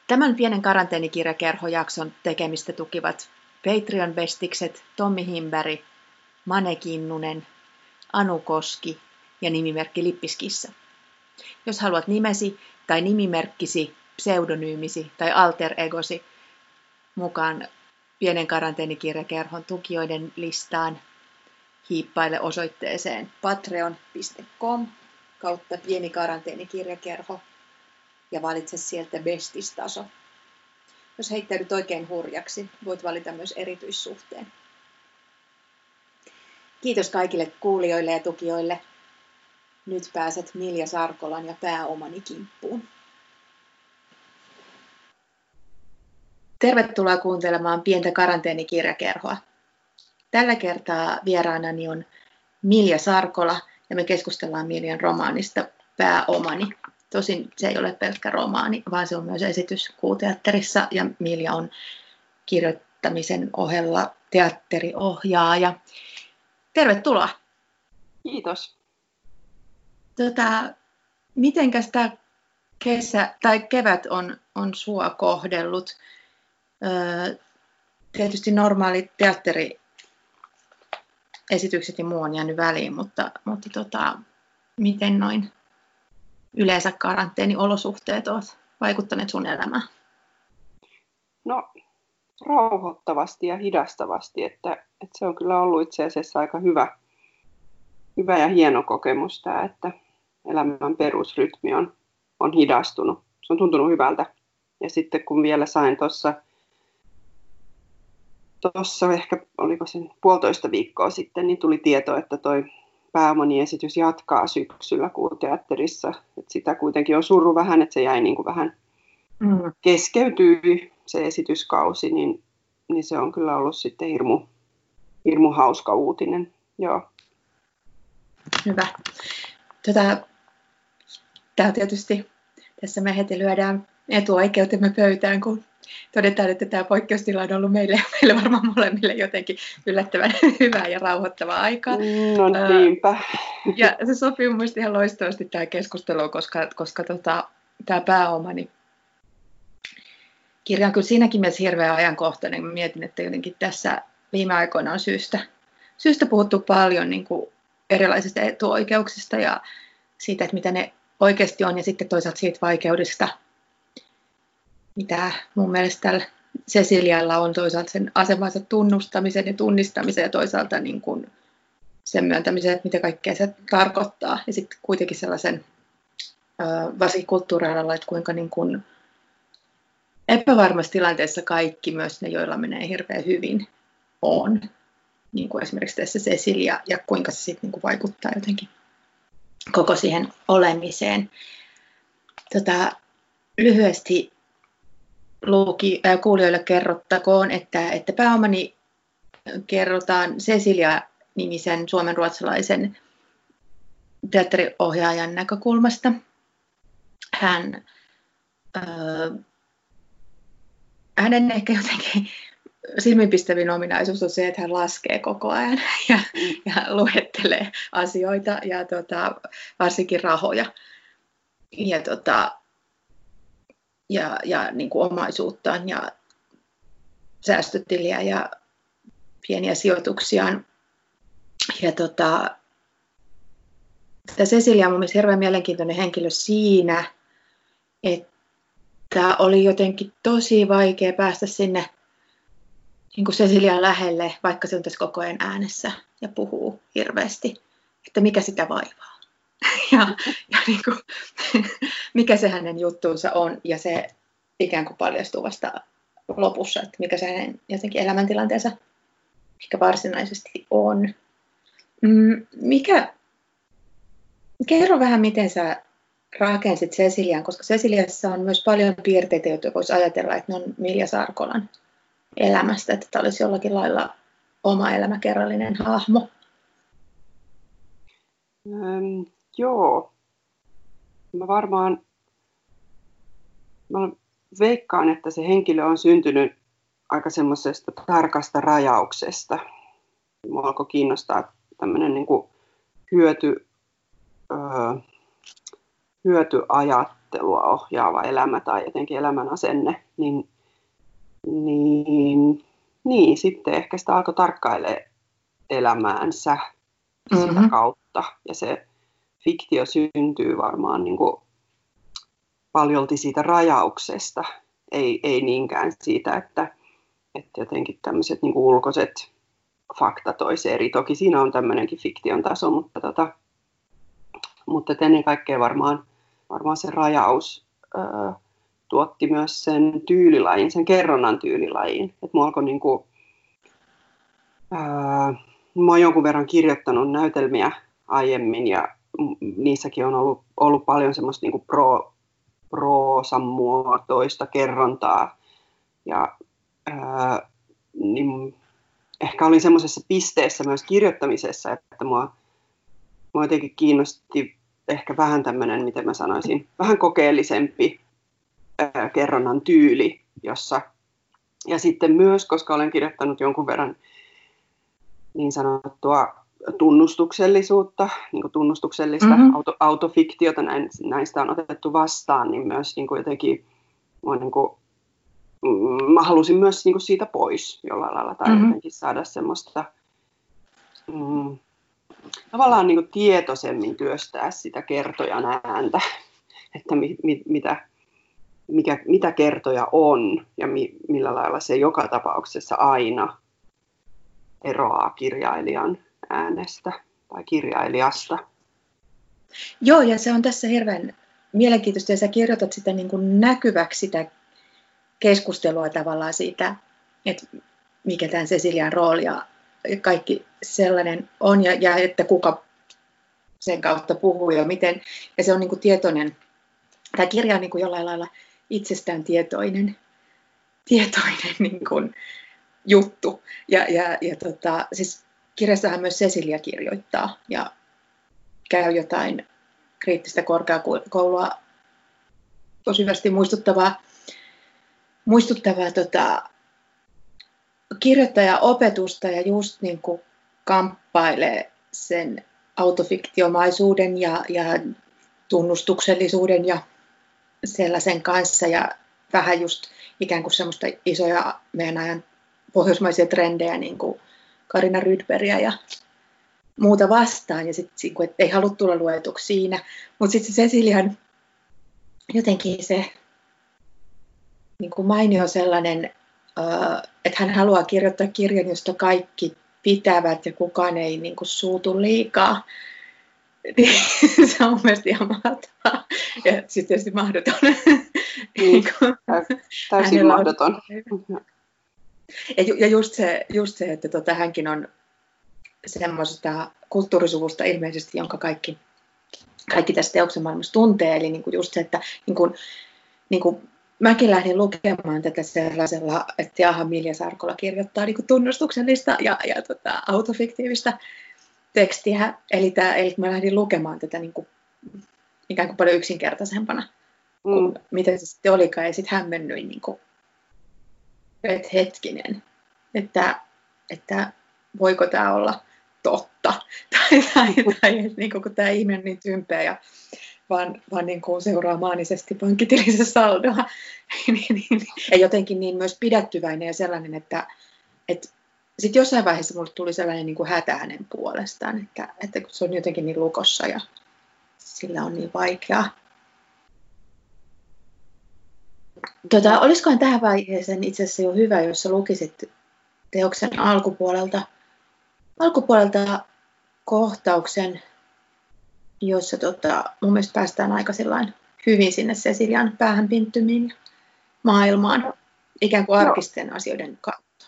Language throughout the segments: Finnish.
Tämän pienen karanteenikirjakerhojakson tekemistä tukivat Patreon-bestikset Tommi Himberg, Mane Kinnunen, Anu Koski ja nimimerkki Lippiskissa. Jos haluat nimesi tai nimimerkkisi, pseudonyymisi tai alter egosi mukaan pienen karanteenikirjakerhon tukijoiden listaan, hiippaile osoitteeseen patreon.com/pieni karanteenikirjakerho ja valitse sieltä bestistaso. Jos heittäydyt oikein hurjaksi, voit valita myös erityissuhteen. Kiitos kaikille kuulijoille ja tukijoille. Nyt pääset Milja Sarkolan ja pääomani kimppuun. Tervetuloa kuuntelemaan pientä karanteenikirjakerhoa. Tällä kertaa vieraanani on Milja Sarkola ja me keskustellaan Miljan romaanista Pääomani. Tosin se ei ole pelkkä romaani, vaan se on myös esitys Kuuteatterissa ja Milja on kirjoittamisen ohella teatteriohjaaja. Tervetuloa. Kiitos. Mitenkäs tämä kesä tai kevät on sua kohdellut? Tietysti normaalit teatteriesitykset ja muu on jäänyt väliin, mutta miten noin yleensä karanteeniolosuhteet ovat vaikuttaneet sun elämään? No, rauhoittavasti ja hidastavasti, että se on kyllä ollut itse asiassa aika hyvä ja hieno kokemus tämä, että elämän perusrytmi on hidastunut. Se on tuntunut hyvältä. Ja sitten kun vielä sain tuossa ehkä, oliko se 1,5 viikkoa sitten, niin tuli tieto, että toi Pääomani-esitys jatkaa syksyllä Kuuteatterissa. Että sitä kuitenkin on surru vähän, että se jäi niin kuin vähän keskeytyi se esityskausi, niin se on kyllä ollut sitten hirmu hauska uutinen. Joo. Hyvä. Tämä tietysti, tässä me heti lyödään etuoikeutemme pöytään, kun todetaan, että tämä poikkeustila on ollut meille varmaan molemmille jotenkin yllättävän hyvää ja rauhoittavaa aikaa. No niinpä. Ja se sopii mun mielestä ihan loistavasti tämä keskustelu, koska tämä Pääomani kirja on kyllä siinäkin mielessä hirveän ajankohtainen. Mä mietin, että jotenkin tässä viime aikoina on syystä puhuttu paljon niin kuin erilaisista etuoikeuksista ja siitä, että mitä ne oikeasti on, ja sitten toisaalta siitä vaikeudesta, mitä mun mielestä tällä Cecilialla on, toisaalta sen asemansa tunnustamisen ja tunnistamisen ja toisaalta niin kuin sen myöntämisen, että mitä kaikkea se tarkoittaa. Ja sitten kuitenkin sellaisen varsinkin kulttuurialalla, että kuinka niin kuin epävarmassa tilanteessa kaikki, myös ne, joilla menee hirveän hyvin, on. Niin kuin esimerkiksi tässä Cecilia, ja kuinka se sitten niin kuin vaikuttaa jotenkin koko siihen olemiseen. Lyhyesti kuulijoille kerrottakoon, että Pääomani kerrotaan Cecilia-nimisen suomenruotsalaisen teatteriohjaajan näkökulmasta. Hänen ehkä jotenkin silmiinpistävin ominaisuus on se, että hän laskee koko ajan ja luettelee asioita ja varsinkin rahoja ja niin kuin omaisuuttaan ja säästötiliä ja pieniä sijoituksiaan. Ja tämä Cecilia on mun mielestä hirveän mielenkiintoinen henkilö siinä, että oli jotenkin tosi vaikea päästä sinne niin kuin Cecilian lähelle, vaikka se on tässä koko ajan äänessä ja puhuu hirveästi, että mikä sitä vaivaa ja niin kuin, mikä se hänen juttuunsa on, ja se ikään kuin paljastuu vasta lopussa, että mikä se hänen jotenkin elämäntilanteensa ehkä varsinaisesti on. Kerro vähän, miten sä rakensit Cecilian, koska Ceciliassa on myös paljon piirteitä, joita voisi ajatella, että ne on Milja Sarkolan elämästä, että tämä olisi jollakin lailla oma elämäkerrallinen hahmo. Joo. Mä veikkaan, että se henkilö on syntynyt aika semmoisesta tarkasta rajauksesta. Mua alkoi kiinnostaa tämmöinen niin kuin hyötyajattelu ajattelua ohjaava elämä tai jotenkin elämän asenne, niin sitten ehkä sitä alkoi tarkkailemaan elämäänsä sitä kautta. Ja se fiktio syntyy varmaan niin kuin paljolti siitä rajauksesta, ei niinkään siitä, että jotenkin tämmöiset niin kuin ulkoiset faktat olisi eri. Toki siinä on tämmöinenkin fiktion taso, mutta ennen kaikkea varmaan se rajaus tuotti myös sen tyylilajin, sen kerronnan tyylilajin. Että mä oon jonkun verran kirjoittanut näytelmiä aiemmin ja niissäkin on ollut paljon semmoista niin kuin proosan muotoista kerrontaa. Ja niin ehkä olin semmoisessa pisteessä myös kirjoittamisessa, että mua jotenkin kiinnosti ehkä vähän tämmöinen, miten mä sanoisin, vähän kokeellisempi kerronnan tyyli, jossa, ja sitten myös, koska olen kirjoittanut jonkun verran niin sanottua tunnustuksellisuutta, niin kuin tunnustuksellista autofiktiota, näistä on otettu vastaan, niin myös niin kuin jotenkin mä halusin myös niin kuin siitä pois jollain lailla tai jotenkin saada semmoista tavallaan niin kuin tietoisemmin työstää sitä kertojan ääntä, että mitä kertoja on ja millä lailla se joka tapauksessa aina eroaa kirjailijan äänestä tai kirjailijasta. Joo, ja se on tässä hirveän mielenkiintoista, ja sä kirjoitat sitä niin kuin näkyväksi sitä keskustelua tavallaan siitä, että mikä tämän Cecilian rooli ja kaikki sellainen on, ja että kuka sen kautta puhuu ja miten. Ja se on niin kuin tietoinen, tämä kirja on niin kuin jollain lailla itsestään tietoinen niin kuin juttu. Siis kirjassahan myös Cecilia kirjoittaa ja käy jotain kriittistä korkeakoulua tosi hyvästi muistuttavaa kirjoittajaopetusta ja just niin kuin kamppailee sen autofiktiomaisuuden ja tunnustuksellisuuden ja sellaisen kanssa ja vähän just ikään kuin semmoista isoja meidän ajan pohjoismaisia trendejä niin kuin Carina Rydbergia ja muuta vastaan ja sitten ei halua tulla luetuksi siinä, mutta sitten se Cecilian jotenkin se niin kuin mainio sellainen, että hän haluaa kirjoittaa kirjan, josta kaikki pitävät ja kukaan ei niin kuin suutu liikaa. Se on mun mielestä ihan mahtavaa. Ja sitten tietysti mahdoton. Täysin mahdoton. Ja just se että hänkin on semmoisesta kulttuurisuvusta ilmeisesti, jonka kaikki tässä teoksen maailmassa tuntee. Eli niin kuin just se, että niin kuin mäkin lähdin lukemaan tätä sellaisella, että jaha, Milja Sarkola kirjoittaa niin kuin tunnustuksellista ja autofiktiivistä tekstiä. Eli mä lähdin lukemaan tätä niin kuin, ikään kuin paljon yksinkertaisempana kuin mitä se sitten olikaan. Ja sitten hämmennyin, niin kuin, että hetkinen, että voiko tämä olla totta. tai niin kuin, kun tämä ihminen on niin tympeä ja vaan niin kuin seuraa maanisesti pankkitilinsä saldoa. Ja jotenkin niin myös pidättyväinen ja sellainen, että sitten jossain vaiheessa mulle tuli sellainen niin kuin hätä hänen puolestaan, että se on jotenkin niin lukossa ja sillä on niin vaikeaa. Olisikohan tähän vaiheeseen itse asiassa jo hyvä, jos sä lukisit teoksen alkupuolelta kohtauksen, jossa mun mielestä päästään aika hyvin sinne Cecilian päähänpinttymiin ja maailmaan, ikään kuin arkisten asioiden kautta.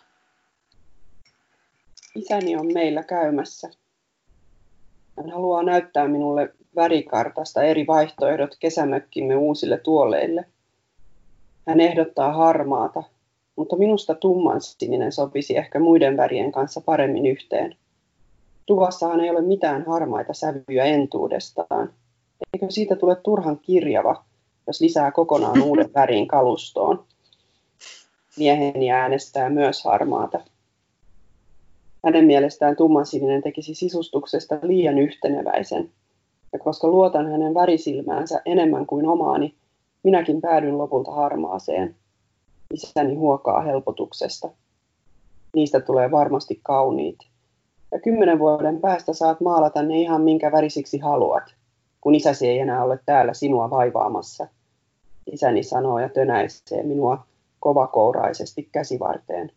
Isäni on meillä käymässä. Hän haluaa näyttää minulle värikartasta eri vaihtoehdot kesämökkimme uusille tuoleille. Hän ehdottaa harmaata, mutta minusta tummansininen sopisi ehkä muiden värien kanssa paremmin yhteen. Tuvassahan ei ole mitään harmaita sävyjä entuudestaan. Eikö siitä tule turhan kirjava, jos lisää kokonaan uuden värin kalustoon? Mieheni äänestää myös harmaata. Hänen mielestään tummansininen tekisi sisustuksesta liian yhteneväisen. Ja koska luotan hänen värisilmäänsä enemmän kuin omaani, Minäkin päädyin lopulta harmaaseen. Isäni huokaa helpotuksesta. Niistä tulee varmasti kauniit. Ja 10 vuoden päästä saat maalata ne ihan minkä värisiksi haluat, kun isäsi ei enää ole täällä sinua vaivaamassa. Isäni sanoo ja tönäisee minua kovakouraisesti käsivarteen.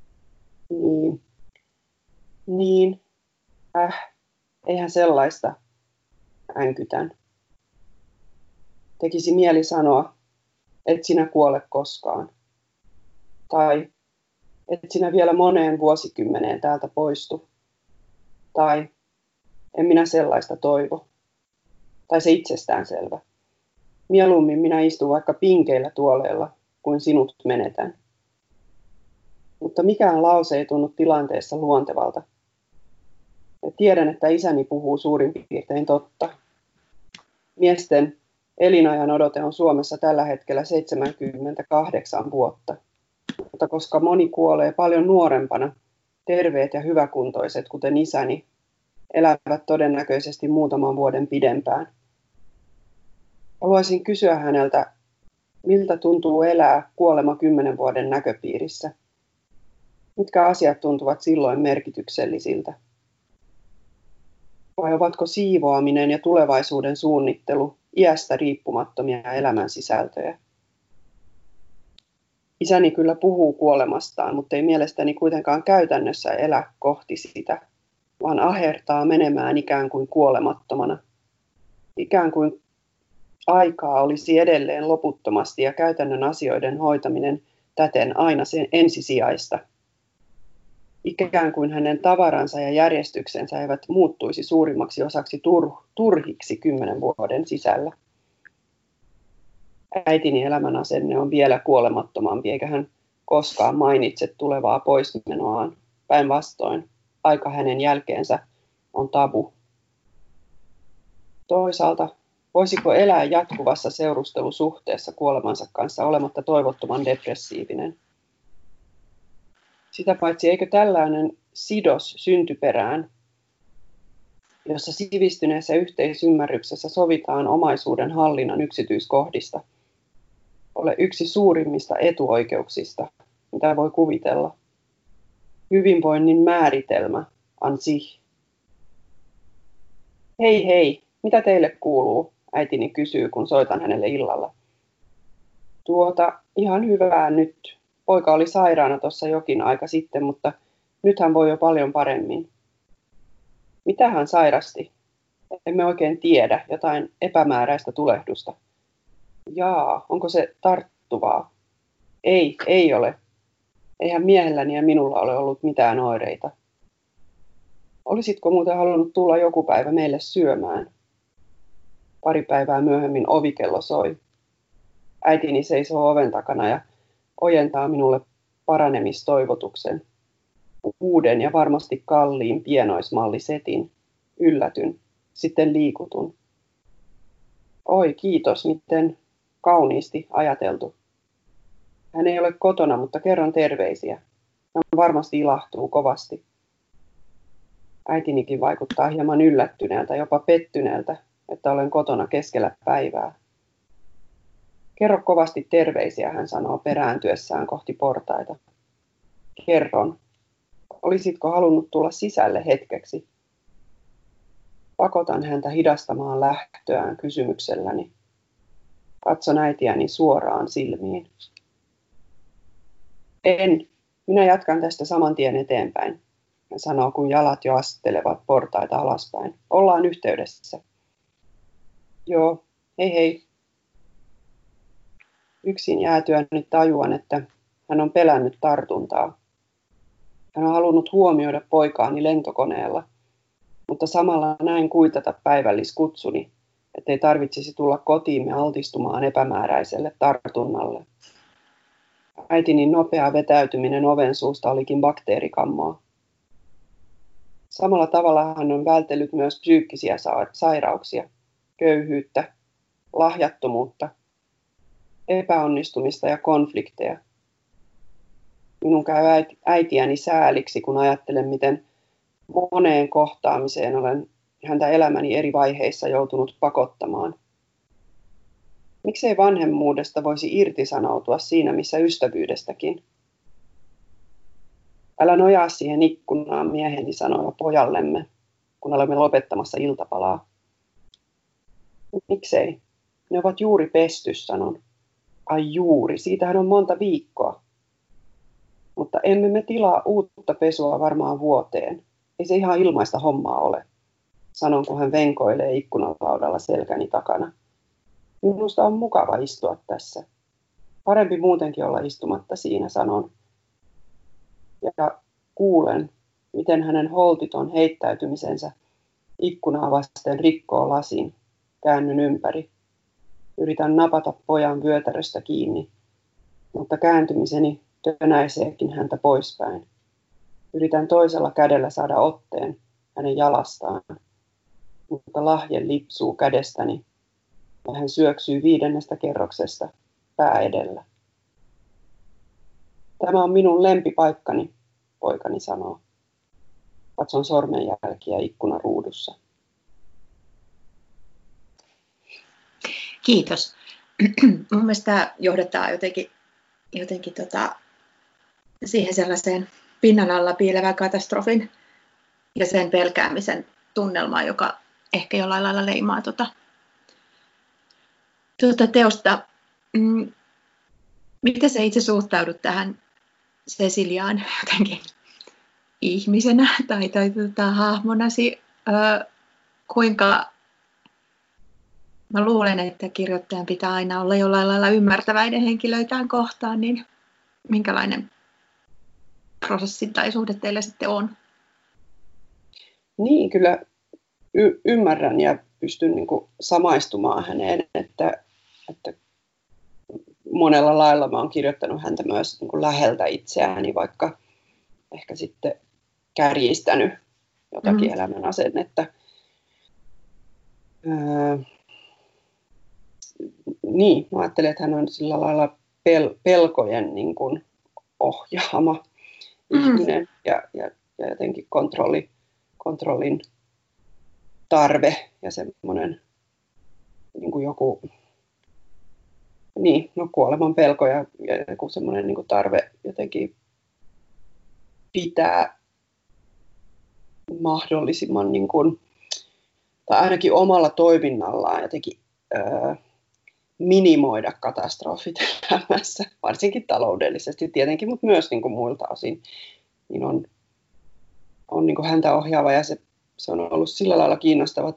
Niin, eihän sellaista, änkytän. Tekisi mieli sanoa, et sinä kuole koskaan. Tai et sinä vielä moneen vuosikymmeneen täältä poistu. Tai en minä sellaista toivo. Tai se itsestäänselvä. Mieluummin minä istun vaikka pinkeillä tuoleilla, kuin sinut menetän. Mutta mikään lause ei tunnu tilanteessa luontevalta. Ja tiedän, että isäni puhuu suurin piirtein totta. Miesten elinajan odote on Suomessa tällä hetkellä 78 vuotta. Mutta koska moni kuolee paljon nuorempana, terveet ja hyväkuntoiset, kuten isäni, elävät todennäköisesti muutaman vuoden pidempään. Haluaisin kysyä häneltä, miltä tuntuu elää kuolema 10 vuoden näköpiirissä? Mitkä asiat tuntuvat silloin merkityksellisiltä? Vai ovatko siivoaminen ja tulevaisuuden suunnittelu iästä riippumattomia elämän sisältöjä? Isäni kyllä puhuu kuolemastaan, mutta ei mielestäni kuitenkaan käytännössä elä kohti sitä, vaan ahertaa menemään ikään kuin kuolemattomana. Ikään kuin aikaa olisi edelleen loputtomasti ja käytännön asioiden hoitaminen täten aina sen ensisijaista. Ikään kuin hänen tavaransa ja järjestyksensä eivät muuttuisi suurimmaksi osaksi turhiksi 10 vuoden sisällä. Äitini elämänasenne on vielä kuolemattomampi, eikä hän koskaan mainitse tulevaa poismenoaan. Päinvastoin, aika hänen jälkeensä on tabu. Toisaalta, voisiko elää jatkuvassa seurustelusuhteessa kuolemansa kanssa olematta toivottoman depressiivinen? Sitä paitsi eikö tällainen sidos syntyperään, jossa sivistyneessä yhteisymmärryksessä sovitaan omaisuuden hallinnan yksityiskohdista, ole yksi suurimmista etuoikeuksista, mitä voi kuvitella. Hyvinvoinnin määritelmä an sich. Hei, mitä teille kuuluu? Äitini kysyy, kun soitan hänelle illalla. Ihan hyvää nyt. Poika oli sairaana tuossa jokin aika sitten, mutta nyt hän voi jo paljon paremmin. Mitä hän sairasti? Emme oikein tiedä, jotain epämääräistä tulehdusta. Jaa, onko se tarttuvaa? Ei ole. Eihän miehelläni ja minulla ole ollut mitään oireita. Olisitko muuten halunnut tulla joku päivä meille syömään? Pari päivää myöhemmin ovikello soi. Äitini seisoo oven takana ja ojentaa minulle paranemistoivotuksen. Uuden ja varmasti kalliin pienoismallisetin. Yllätyn. Sitten liikutun. Oi, kiitos, miten kauniisti ajateltu. Hän ei ole kotona, mutta kerron terveisiä. Hän varmasti ilahtuu kovasti. Äitinikin vaikuttaa hieman yllättyneeltä, jopa pettyneeltä, että olen kotona keskellä päivää. Kerro kovasti terveisiä, hän sanoo perääntyessään kohti portaita. Kerron. Olisitko halunnut tulla sisälle hetkeksi? Pakotan häntä hidastamaan lähtöään kysymykselläni. Katson äitiäni suoraan silmiin. En. Minä jatkan tästä saman tien eteenpäin, hän sanoo, kun jalat jo astelevat portaita alaspäin. Ollaan yhteydessä. Joo, hei. Yksin jäätyäni tajuan, että hän on pelännyt tartuntaa. Hän on halunnut huomioida poikaani lentokoneella, mutta samalla näin kuitata päivälliskutsuni, ettei tarvitsisi tulla kotiimme altistumaan epämääräiselle tartunnalle. Äitini nopea vetäytyminen oven suusta olikin bakteerikammoa. Samalla tavalla hän on vältellyt myös psyykkisiä sairauksia, köyhyyttä, lahjattomuutta, epäonnistumista ja konflikteja. Minun käy äitiäni sääliksi, kun ajattelen, miten moneen kohtaamiseen olen häntä elämäni eri vaiheissa joutunut pakottamaan. Miksei vanhemmuudesta voisi irtisanoutua siinä missä ystävyydestäkin? Älä nojaa siihen ikkunaan, mieheni sanoi pojallemme, kun olemme lopettamassa iltapalaa. Miksei? Ne ovat juuri pesty, sanon. Ai juuri, siitähän on monta viikkoa. Mutta emme me tilaa uutta pesua varmaan vuoteen. Ei se ihan ilmaista hommaa ole, sanon, kun hän venkoilee ikkunalaudalla selkäni takana. Minusta on mukava istua tässä. Parempi muutenkin olla istumatta siinä, sanon. Ja kuulen, miten hänen holtiton heittäytymisensä ikkunaa vasten rikkoo lasin. Käännyn ympäri. Yritän napata pojan vyötäröstä kiinni, mutta kääntymiseni tönäiseekin häntä poispäin. Yritän toisella kädellä saada otteen hänen jalastaan, mutta lahje lipsuu kädestäni ja hän syöksyy 5. kerroksesta pää edellä. Tämä on minun lempipaikkani, poikani sanoo. Katson sormenjälkiä ikkunaruudussa. Kiitos. Mun mielestä tämä johdattaa jotenkin siihen sellaiseen pinnan alla piilevän katastrofin ja sen pelkäämisen tunnelmaan, joka ehkä jollain lailla leimaa teosta. Miten sä itse suhtaudut tähän Ceciliaan jotenkin ihmisenä tai hahmonasi? Kuinka mä luulen, että kirjoittajan pitää aina olla jollain lailla ymmärtäväinen henkilöitään kohtaan, niin minkälainen prosessi tai suhde teillä sitten on? Niin, kyllä ymmärrän ja pystyn niin kuin samaistumaan häneen, että monella lailla mä oon kirjoittanut häntä myös niin kuin läheltä itseääni, vaikka ehkä sitten kärjistänyt jotakin elämän asennetta. Niin, mä ajattelen, että hän on sillä lailla pelkojen niin kuin ohjaama ihminen ja jotenkin kontrollin tarve ja semmoinen niin kuin joku kuoleman pelko ja joku semmoinen niin kuin tarve jotenkin pitää mahdollisimman niin kuin, tai ainakin omalla toiminnallaan jotenkin minimoida katastrofit elämässä, varsinkin taloudellisesti tietenkin, mutta myös niin kuin muilta osin, niin on niin kuin häntä ohjaava ja se on ollut sillä lailla kiinnostava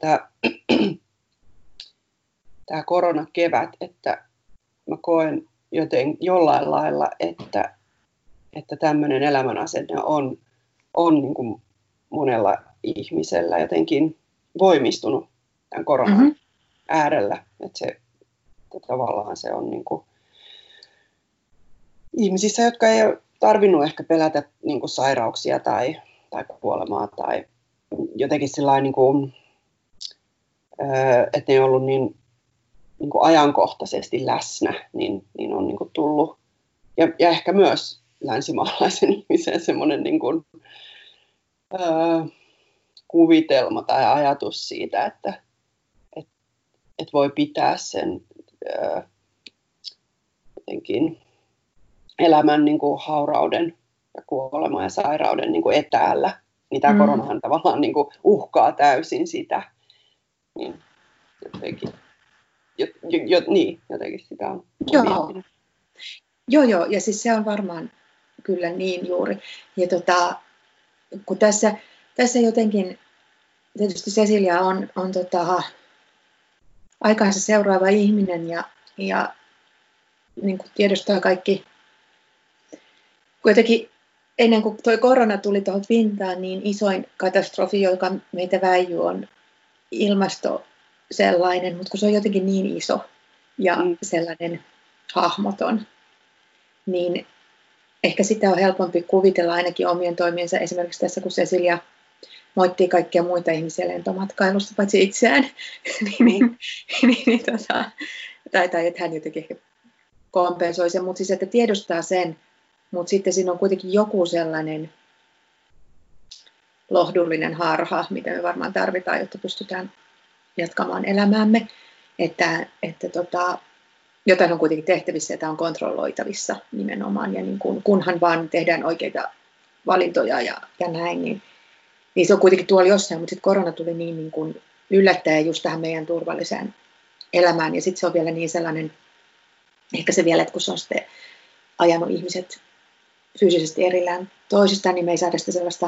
tämä koronakevät, että mä koen jollain lailla, että tämmöinen elämänasenne on niin kuin monella ihmisellä jotenkin voimistunut tämän koronan äärellä, että tavallaan se on niin kuin ihmisissä, jotka ei ole tarvinnut ehkä pelätä niin kuin sairauksia tai kuolemaa tai jotenkin sillain, niin kuin, että ne on ollut niin kuin ajankohtaisesti läsnä, niin on niin kuin tullut, ja ehkä myös länsimaalaisen ihmisen semmoinen niin kuin, kuvitelma tai ajatus siitä, että voi pitää sen jotenkin elämän niin kuin haurauden ja kuoleman ja sairauden niin kuin etäällä, niin tämä koronahan tavallaan niin kuin uhkaa täysin sitä. Niin jotenkin sitä on miettinyt. Joo, ja siis se on varmaan kyllä niin juuri. Ja kun tässä jotenkin, tietysti Cecilia on aikaansa seuraava ihminen ja niin kuin tiedostaa kaikki, kuitenkin ennen kuin tuo korona tuli tuohon pintaan, niin isoin katastrofi, joka meitä väijyy, on ilmasto sellainen, mutta kun se on jotenkin niin iso ja sellainen hahmoton, niin ehkä sitä on helpompi kuvitella ainakin omien toimiensa, esimerkiksi tässä kun Cecilia moittii kaikkia muita ihmisiä lentomatkailusta, paitsi itseään, tai että hän jotenkin ehkä kompensoi sen, mutta siis että tiedostaa sen, mutta sitten siinä on kuitenkin joku sellainen lohdullinen harha, mitä me varmaan tarvitaan, jotta pystytään jatkamaan elämäämme, että jotain on kuitenkin tehtävissä ja tämä on kontrolloitavissa nimenomaan. Ja niin kunhan vaan tehdään oikeita valintoja ja näin, niin se on kuitenkin tuolla jossain, mutta sitten korona tuli niin kuin yllättäen just tähän meidän turvalliseen elämään. Ja sitten se on vielä niin sellainen, ehkä se vielä, että kun se on sitten ajanut ihmiset fyysisesti erillään toisistaan, niin me ei saada sitä sellaista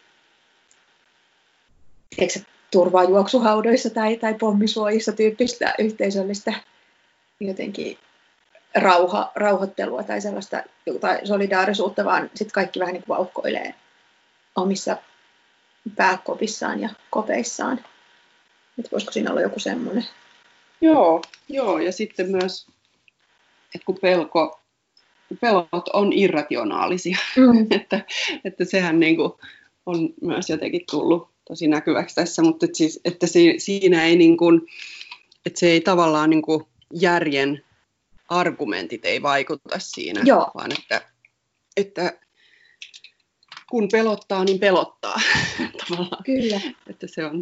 turvaa juoksuhaudoissa tai pommisuojissa tyyppistä yhteisöllistä jotenkin rauhoittelua tai sellaista jotain solidaarisuutta, vaan sitten kaikki vähän niin kuin vauhkoilee omissa pääkopissaan ja kopeissaan. Että voisiko siinä olla joku semmoinen? Joo, ja sitten myös, että kun pelot on irrationaalisia, että sehän niin kuin on myös jotenkin tullut tosi näkyväksi tässä, mutta että siinä ei niin kuin, että se ei tavallaan niin kuin järjen argumentit ei vaikuta siinä, vaan että kun pelottaa, niin pelottaa tavallaan. Kyllä. Että se on,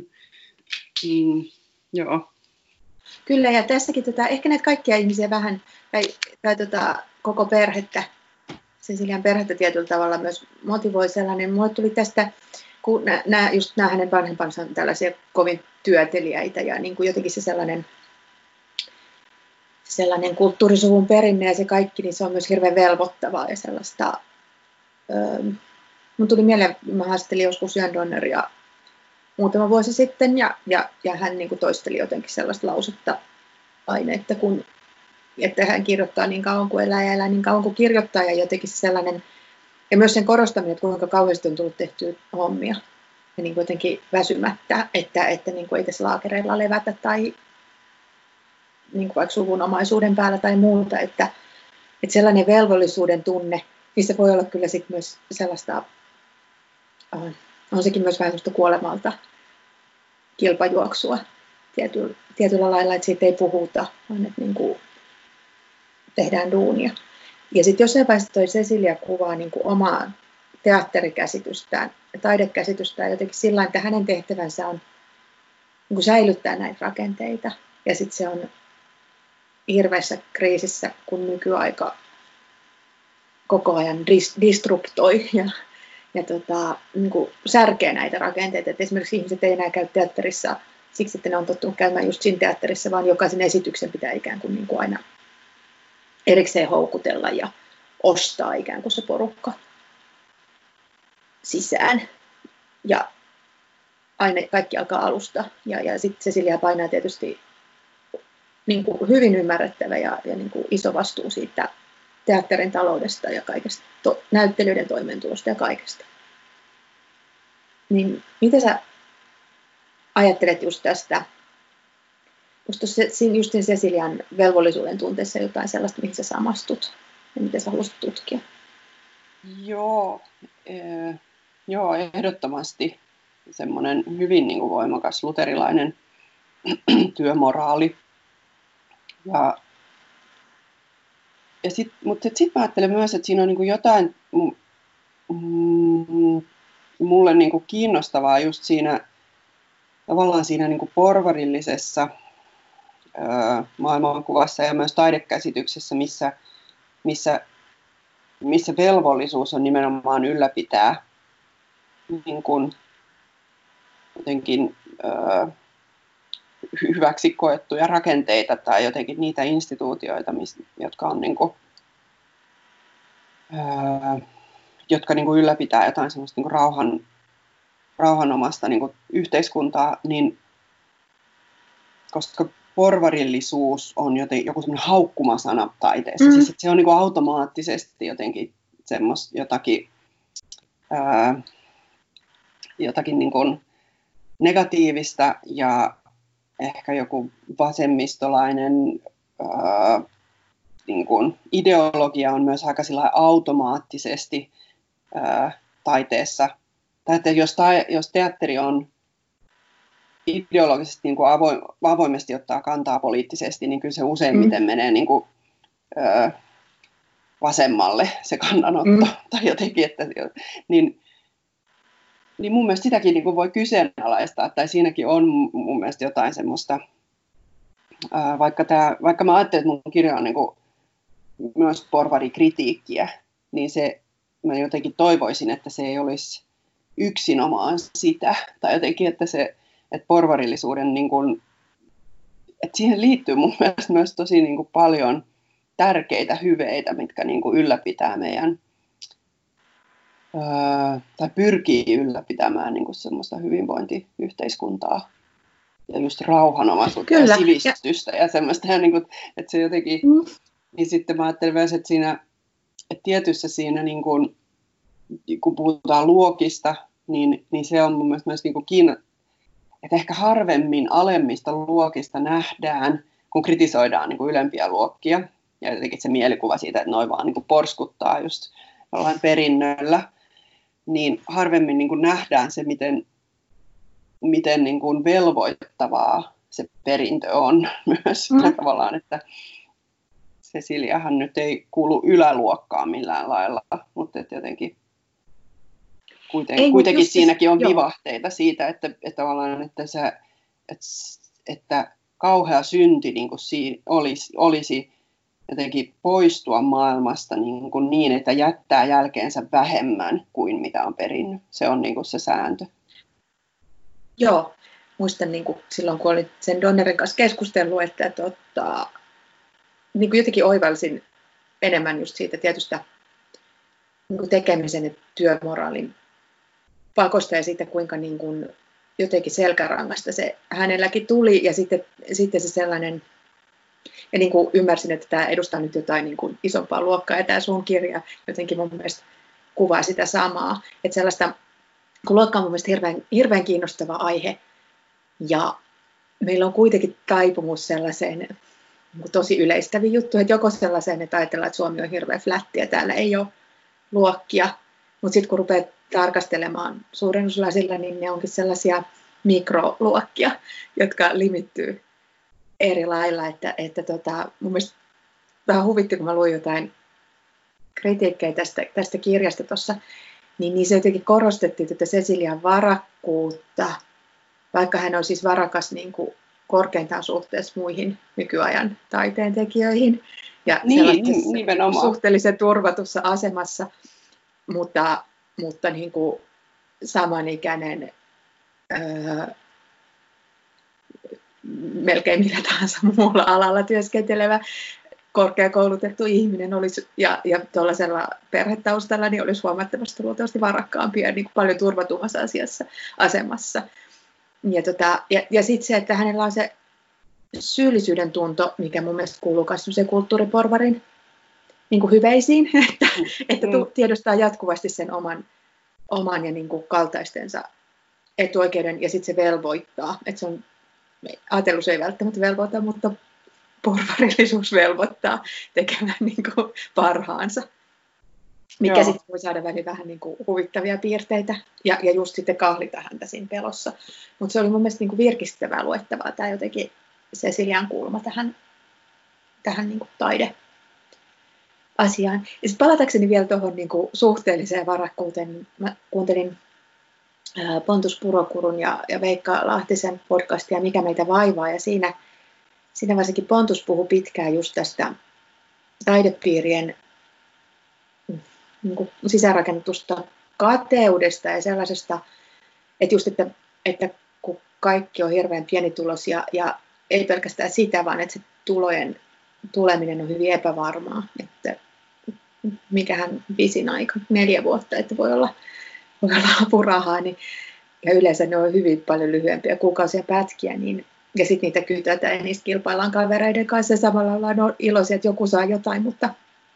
joo. Kyllä, ja tässäkin ehkä näitä kaikkia ihmisiä vähän, tai koko perhettä, Cecilian perhettä tietyllä tavalla myös motivoi sellainen. Mulle tuli tästä, kun nämä hänen vanhempansa on tällaisia kovin työteliäitä, ja niin kuin jotenkin se sellainen kulttuurisuvun perinne ja se kaikki, niin se on myös hirveän velvoittavaa ja sellaista. Mun tuli mieleen, mä haastattelin joskus Jan Donneria muutama vuosi sitten, ja hän niin kuin toisteli jotenkin sellaista lausetta aina, että hän kirjoittaa niin kauan kuin elää ja elää niin kauan kuin kirjoittaa, ja jotenkin sellainen, ja myös sen korostaminen, että kuinka kauheasti on tullut tehtyä hommia, ja niin kuin jotenkin väsymättä, että niin kuin ei tässä laakereilla levätä, tai niin kuin vaikka suvun omaisuuden päällä tai muuta, että sellainen velvollisuuden tunne, niin se voi olla kyllä sitten myös sellaista, on sekin myös vähän sellaista kuolemalta kilpajuoksua tietyllä lailla, että siitä ei puhuta, vaan että niin kuin tehdään duunia. Ja sitten jossain vaiheessa toi Cecilia kuvaa niin kuin omaa teatterikäsitystään ja taidekäsitystään jotenkin sillä että hänen tehtävänsä on niin kuin säilyttää näitä rakenteita. Ja sitten se on hirveässä kriisissä, kun nykyaika koko ajan disruptoi ja niin kuin särkee näitä rakenteita. Et esimerkiksi ihmiset ei enää käy teatterissa siksi, että ne on tottunut käymään just siinä teatterissa, vaan jokaisen esityksen pitää ikään kuin aina erikseen houkutella ja ostaa ikään kuin se porukka sisään. Ja aina kaikki alkaa alusta. Ja sitten Cecilia painaa tietysti niin kuin hyvin ymmärrettävä ja niin kuin iso vastuu siitä teatterin taloudesta ja kaikesta, näyttelyiden toimeentulosta ja kaikesta. Niin mitä sä ajattelet just tästä, just sen Cecilian velvollisuuden tunteessa jotain sellaista, mihin sä samastut ja mitä sä haluaisit tutkia? Joo, ehdottomasti semmoinen hyvin niin kuin voimakas luterilainen työmoraali. Mutta sitten mä ajattelen myös, että siinä on niin kuin jotain mulle niin kuin kiinnostavaa just siinä tavallaan siinä niin kuin porvarillisessa maailmankuvassa ja myös taidekäsityksessä, missä velvollisuus on nimenomaan ylläpitää niin kuin jotenkin hyväksi koettuja rakenteita tai jotenkin niitä instituutioita, jotka on niin kuin, jotka niin kuin ylläpitää jotain semmoista niin kuin rauhanomasta niin kuin yhteiskuntaa, niin koska porvarillisuus on joku semmoinen haukkumasana taiteessa, siis että se on niin kuin automaattisesti jotenkin semmoista jotakin niin kuin negatiivista ja ehkä joku vasemmistolainen niin kuin ideologia on myös aika automaattisesti taiteessa. Tai että jos teatteri on ideologisesti niin kuin avoimesti ottaa kantaa poliittisesti, niin kyllä se useimmiten menee niin kuin, vasemmalle se kannanotto. Tai jotenkin, niin mun mielestä sitäkin niin kuin voi kyseenalaistaa, tai siinäkin on mun mielestä jotain semmoista vaikka mä ajattelin, että mun kirja on niin kuin myös porvarikritiikkiä, niin mä jotenkin toivoisin, että se ei olisi yksinomaan sitä, tai jotenkin, että porvarillisuuden, niin kuin, että siihen liittyy mun mielestä myös tosi niin kuin paljon tärkeitä hyveitä, mitkä niin kuin ylläpitää meidän, tai pyrkii ylläpitämään niin kuin semmoista hyvinvointiyhteiskuntaa, ja just rauhanomaisuutta ja sivistystä ja semmoista, ja niin kuin, että se jotenkin, niin sitten mä ajattelen myös, että että tietyssä siinä, niin kuin, kun puhutaan luokista, niin se on mun mielestä myös niin kuin että ehkä harvemmin alemmista luokista nähdään, kun kritisoidaan niin kuin ylempiä luokkia, ja jotenkin se mielikuva siitä, että noi vaan niin kuin porskuttaa just jollain perinnöllä, niin harvemmin niin kuin nähdään se, miten niin kuin velvoittavaa se perintö on myös tavallaan, että Ceciliahan nyt ei kuulu yläluokkaan millään lailla, mutta että jotenkin kuitenkin siinäkin on vivahteita siitä, että tavallaan, että kauhea synti niin kuin olisi jotenkin poistua maailmasta niin, että jättää jälkeensä vähemmän kuin mitä on perinnyt. Se on niin kuin se sääntö. Joo, muistan niin kuin silloin, kun olin sen Donnerin kanssa keskustellut, että niin kuin jotenkin oivalsin enemmän just siitä tietystä niin kuin tekemisen ja työmoraalin pakosta ja siitä, kuinka niin kuin jotenkin selkärangasta se hänelläkin tuli. Ja sitten se sellainen, ja niin kuin ymmärsin, että tämä edustaa nyt jotain niin kuin isompaa luokkaa, ja tämä sun kirja jotenkin mun mielestä kuvaa sitä samaa. Että sellaista, kun luokka on mun mielestä hirveän kiinnostava aihe, ja meillä on kuitenkin taipumus sellaiseen tosi yleistäviin juttuihin, että joko sellaiseen, että ajatellaan, että Suomi on hirveän flätti ja täällä ei ole luokkia, mutta sitten kun rupeat tarkastelemaan suurennuslasilla, niin ne onkin sellaisia mikroluokkia, jotka limittyy eri lailla, että mun mielestä vähän huvitti, kun mä luin jotain kritiikkejä tästä kirjasta tuossa, niin se jotenkin korostettiin tätä Cecilian varakkuutta, vaikka hän on siis varakas niin kuin korkeintaan suhteessa muihin nykyajan taiteentekijöihin ja nimenomaan suhteellisen turvatussa asemassa, mutta niin kuin samanikäinen melkein millä tahansa muulla alalla työskentelevä korkeakoulutettu ihminen olisi, ja tuollaisella perhetaustalla niin olisi huomattavasti luultavasti varakkaampi ja niin kuin paljon turvatummassa asemassa. Ja sitten se, että hänellä on se syyllisyyden tunto, mikä mun mielestä kuuluu myös kulttuuriporvarin niin kuin hyveisiin, että tiedostaa jatkuvasti sen oman ja niin kuin kaltaistensa etuoikeuden, ja sitten se velvoittaa. Että se on, ajatellus ei välttämättä velvoita, mutta porvarillisuus velvoittaa tekemään niin kuin parhaansa. Mikä sitten voi saada välillä vähän niin kuin huvittavia piirteitä ja just sitten kahlita häntä siinä pelossa. Mutta se oli mun mielestä niin kuin virkistävää luettavaa tämä jotenkin Cecilian kulma tähän niin kuin taideasiaan. Ja sitten palatakseni vielä tuohon niin kuin suhteelliseen varakkuuteen, mä kuuntelin Pontus Purokurun ja Veikka Lahtisen podcastia Mikä meitä vaivaa, ja siinä varsinkin Pontus puhui pitkään just tästä taidepiirien niin kuin sisäänrakennetusta kateudesta ja sellaisesta, että just, että kun kaikki on hirveän pienituloisia ja ei pelkästään sitä, vaan että se tulojen tuleminen on hyvin epävarmaa, että mikähän pisin aika, 4 vuotta, että voi olla apurahaa, niin, ja yleensä ne on hyvin paljon lyhyempiä kuukausia pätkiä, niin, ja sitten niitä kytätään ja niistä kilpaillaan kavereiden kanssa ja samalla ollaan iloisia, että joku saa jotain, mutta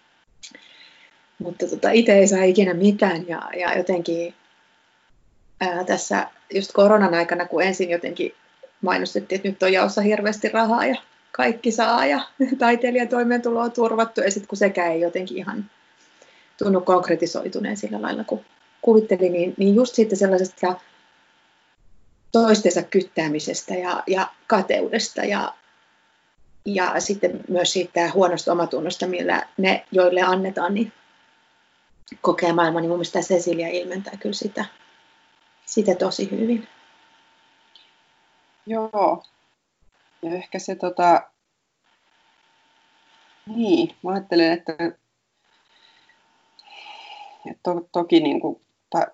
itse ei saa ikinä mitään, ja jotenkin tässä just koronan aikana, kun ensin jotenkin mainostettiin, että nyt on jaossa hirveästi rahaa ja kaikki saa ja taiteilijan toimeentulo on turvattu, ja sitten kun sekään ei jotenkin ihan tunnu konkretisoituneen sillä lailla, kun kuvitteli, niin just siitä sellaisesta toistensa kyttäämisestä ja kateudesta ja sitten myös siitä huonosta omatunnosta, millä ne, joille annetaan, niin kokee maailma, niin mun mielestä Cecilia ilmentää kyllä sitä tosi hyvin. Joo. Ja ehkä se Niin, mä ajattelen, että toki niin kuin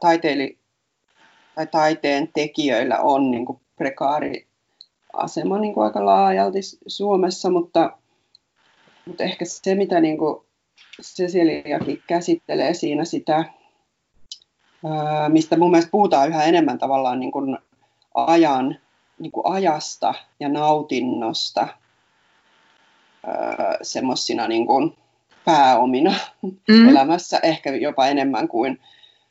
taiteen tekijöillä on niin kuin prekaari asema niin kuin aika laajalti Suomessa, mutta ehkä se, mitä niin kuin Ceciliakin käsittelee siinä sitä, mistä mun mielestä puhutaan yhä enemmän tavallaan niin kuin ajasta ja nautinnosta semmoisina niin kuin pääomina elämässä, ehkä jopa enemmän kuin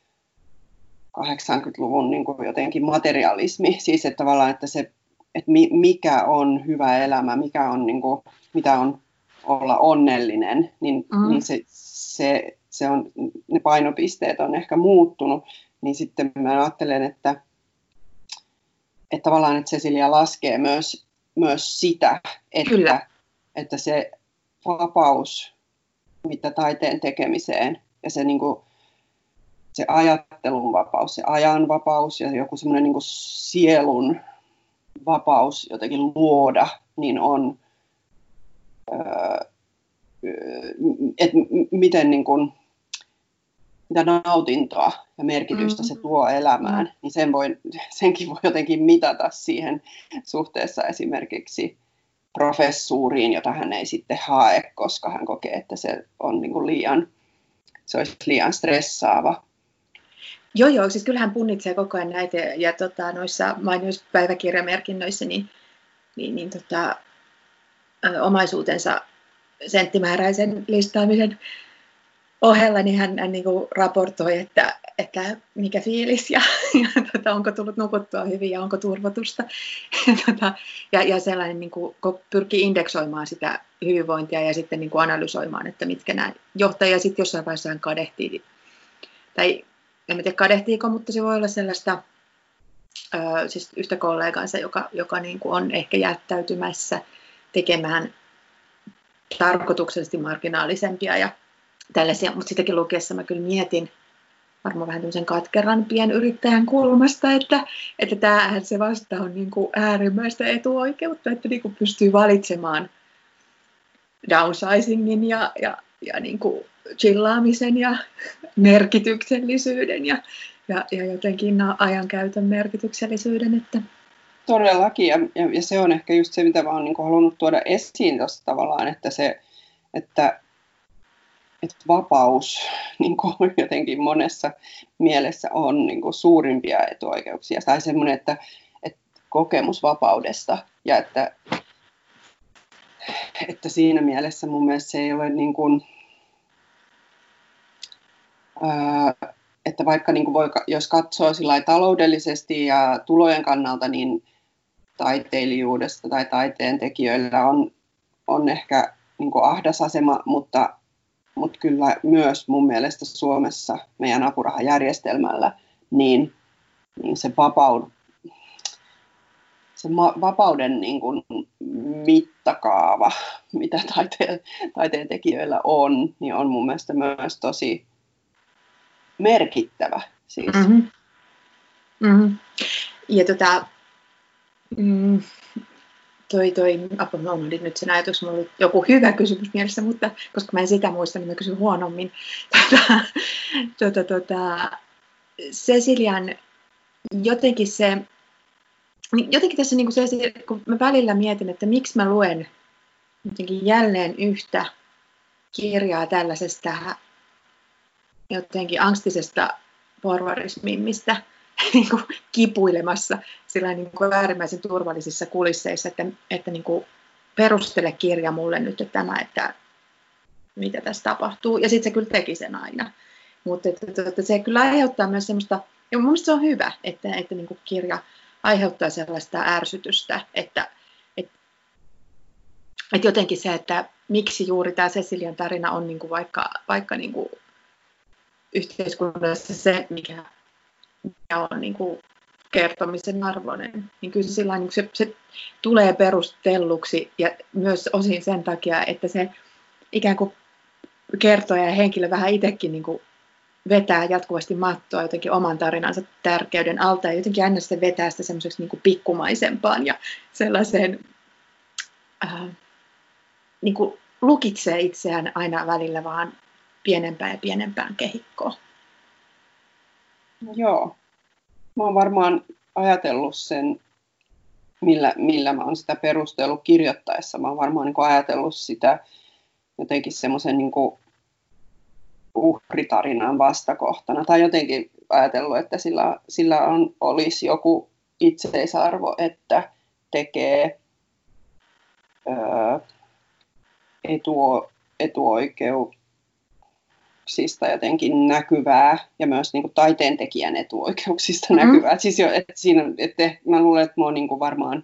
80-luvun niin kuin jotenkin materialismi, siis että tavallaan, että mikä on hyvä elämä, mikä on, niin kuin, mitä on olla onnellinen, niin se on, ne painopisteet on ehkä muuttunut, niin sitten mä ajattelen, että tavallaan, että Cecilia laskee myös sitä, että se vapaus, mitä taiteen tekemiseen ja se, niin kuin, se ajattelun vapaus, se ajan vapaus ja joku semmoinen niin kuin sielun vapaus jotenkin luoda, niin on, että miten niin kuin, mitä nautintoa ja merkitystä se tuo elämään, niin senkin voi jotenkin mitata siihen suhteessa esimerkiksi professuuriin, jota hän ei sitten hae, koska hän kokee, että se on niin kuin se olisi liian stressaava. Joo, siis kyllähän punnitsee koko ajan näitä, ja noissa mainioissa päiväkirjamerkinnöissä niin omaisuutensa senttimääräisen listaamisen ohella niin hän niin kuin raportoi, että mikä fiilis ja onko tullut nukuttua hyvin ja onko turvotusta. Ja sellainen niin kuin, pyrkii indeksoimaan sitä hyvinvointia ja sitten niin kuin analysoimaan, että mitkä nämä johtajia sitten jossain vaiheessa hän kadehtii. Tai en tiedä kadehtiiko, mutta se voi olla sellaista siis yhtä kollegansa, joka niin kuin on ehkä jättäytymässä tekemään tarkoituksellisesti marginaalisempia ja tällaisia, mutta sitäkin lukiessa mä kyllä mietin varmaan vähän tämmöisen katkeran pienyrittäjän kulmasta, että tämähän se vasta on niin kuin äärimmäistä etuoikeutta, että niin kuin pystyy valitsemaan downsizingin ja niin kuin chillaamisen ja merkityksellisyyden ja jotenkin ajankäytön merkityksellisyyden. Että todellakin, ja se on ehkä just se, mitä mä oon niin kuin halunnut tuoda esiin tuossa tavallaan, että vapaus niin kuin jotenkin monessa mielessä on niin kuin suurimpia etuoikeuksia. Tai semmoinen, että kokemus vapaudesta. Ja että siinä mielessä mun mielestä se ei ole niin kuin, että vaikka niin kuin jos katsoo sillä taloudellisesti ja tulojen kannalta, niin taiteilijuudesta tai taiteen tekijöillä on ehkä niin kuin ahdas asema, mutta kyllä myös mun mielestä Suomessa meidän apurahajärjestelmällä niin se vapauden niin kuin mittakaava, mitä taiteen tekijöillä on, niin on mun mielestä myös tosi merkittävä. Siis. Ja mä unohdin nyt sen ajatuksen, mulla oli joku hyvä kysymys mielessä, mutta koska mä en sitä muista, niin mä kysyn huonommin. Cecilian jotenkin tässä niin kuin kun mä välillä mietin, että miksi mä luen jotenkin jälleen yhtä kirjaa tällaisesta jotenkin angstisesta porvarismimistä, niin kuin kipuilemassa sillä niin kuin äärimmäisen turvallisissa kulisseissa, että niin kuin perustele kirja mulle nyt että mitä tässä tapahtuu. Ja sitten se kyllä teki sen aina. Mutta se kyllä aiheuttaa myös semmoista, ja mun mielestä se on hyvä, että niin kuin kirja aiheuttaa sellaista ärsytystä, että jotenkin se, että miksi juuri tämä Cecilian tarina on niin kuin vaikka niin kuin yhteiskunnassa se, mikä on niin kuin kertomisen arvoinen, niin kyllä se tulee perustelluksi ja myös osin sen takia, että se ikään kuin kertoja ja henkilö vähän itsekin niin kuin vetää jatkuvasti mattoa jotenkin oman tarinansa tärkeyden alta ja jotenkin aina se vetää sitä semmoiseksi niin kuin pikkumaisempaan ja sellaiseen niin kuin lukitsee itseään aina välillä vaan pienempään ja pienempään kehikkoon. Joo. Mä oon varmaan ajatellut sen, millä mä oon sitä perustellut kirjoittaessa. Mä oon varmaan niin kuin ajatellut sitä jotenkin semmoisen niin kuin uhritarinan vastakohtana. Tai jotenkin ajatellut, että sillä olisi joku itseisarvo, että tekee etuoikeuksista jotenkin näkyvää ja myös niin kuin taiteentekijän etuoikeuksista näkyvää. Siis mä luulen, että mä niin kuin varmaan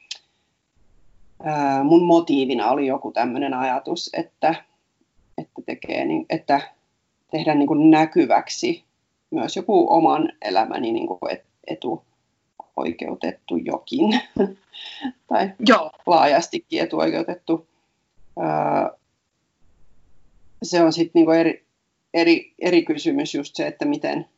mun motiivina oli joku tämmöinen ajatus, että tehdään niin kuin näkyväksi myös joku oman elämäni niin kuin etuoikeutettu jokin tai laajastikin etuoikeutettu. Se on sitten niinku eri kysymys just se, että miten,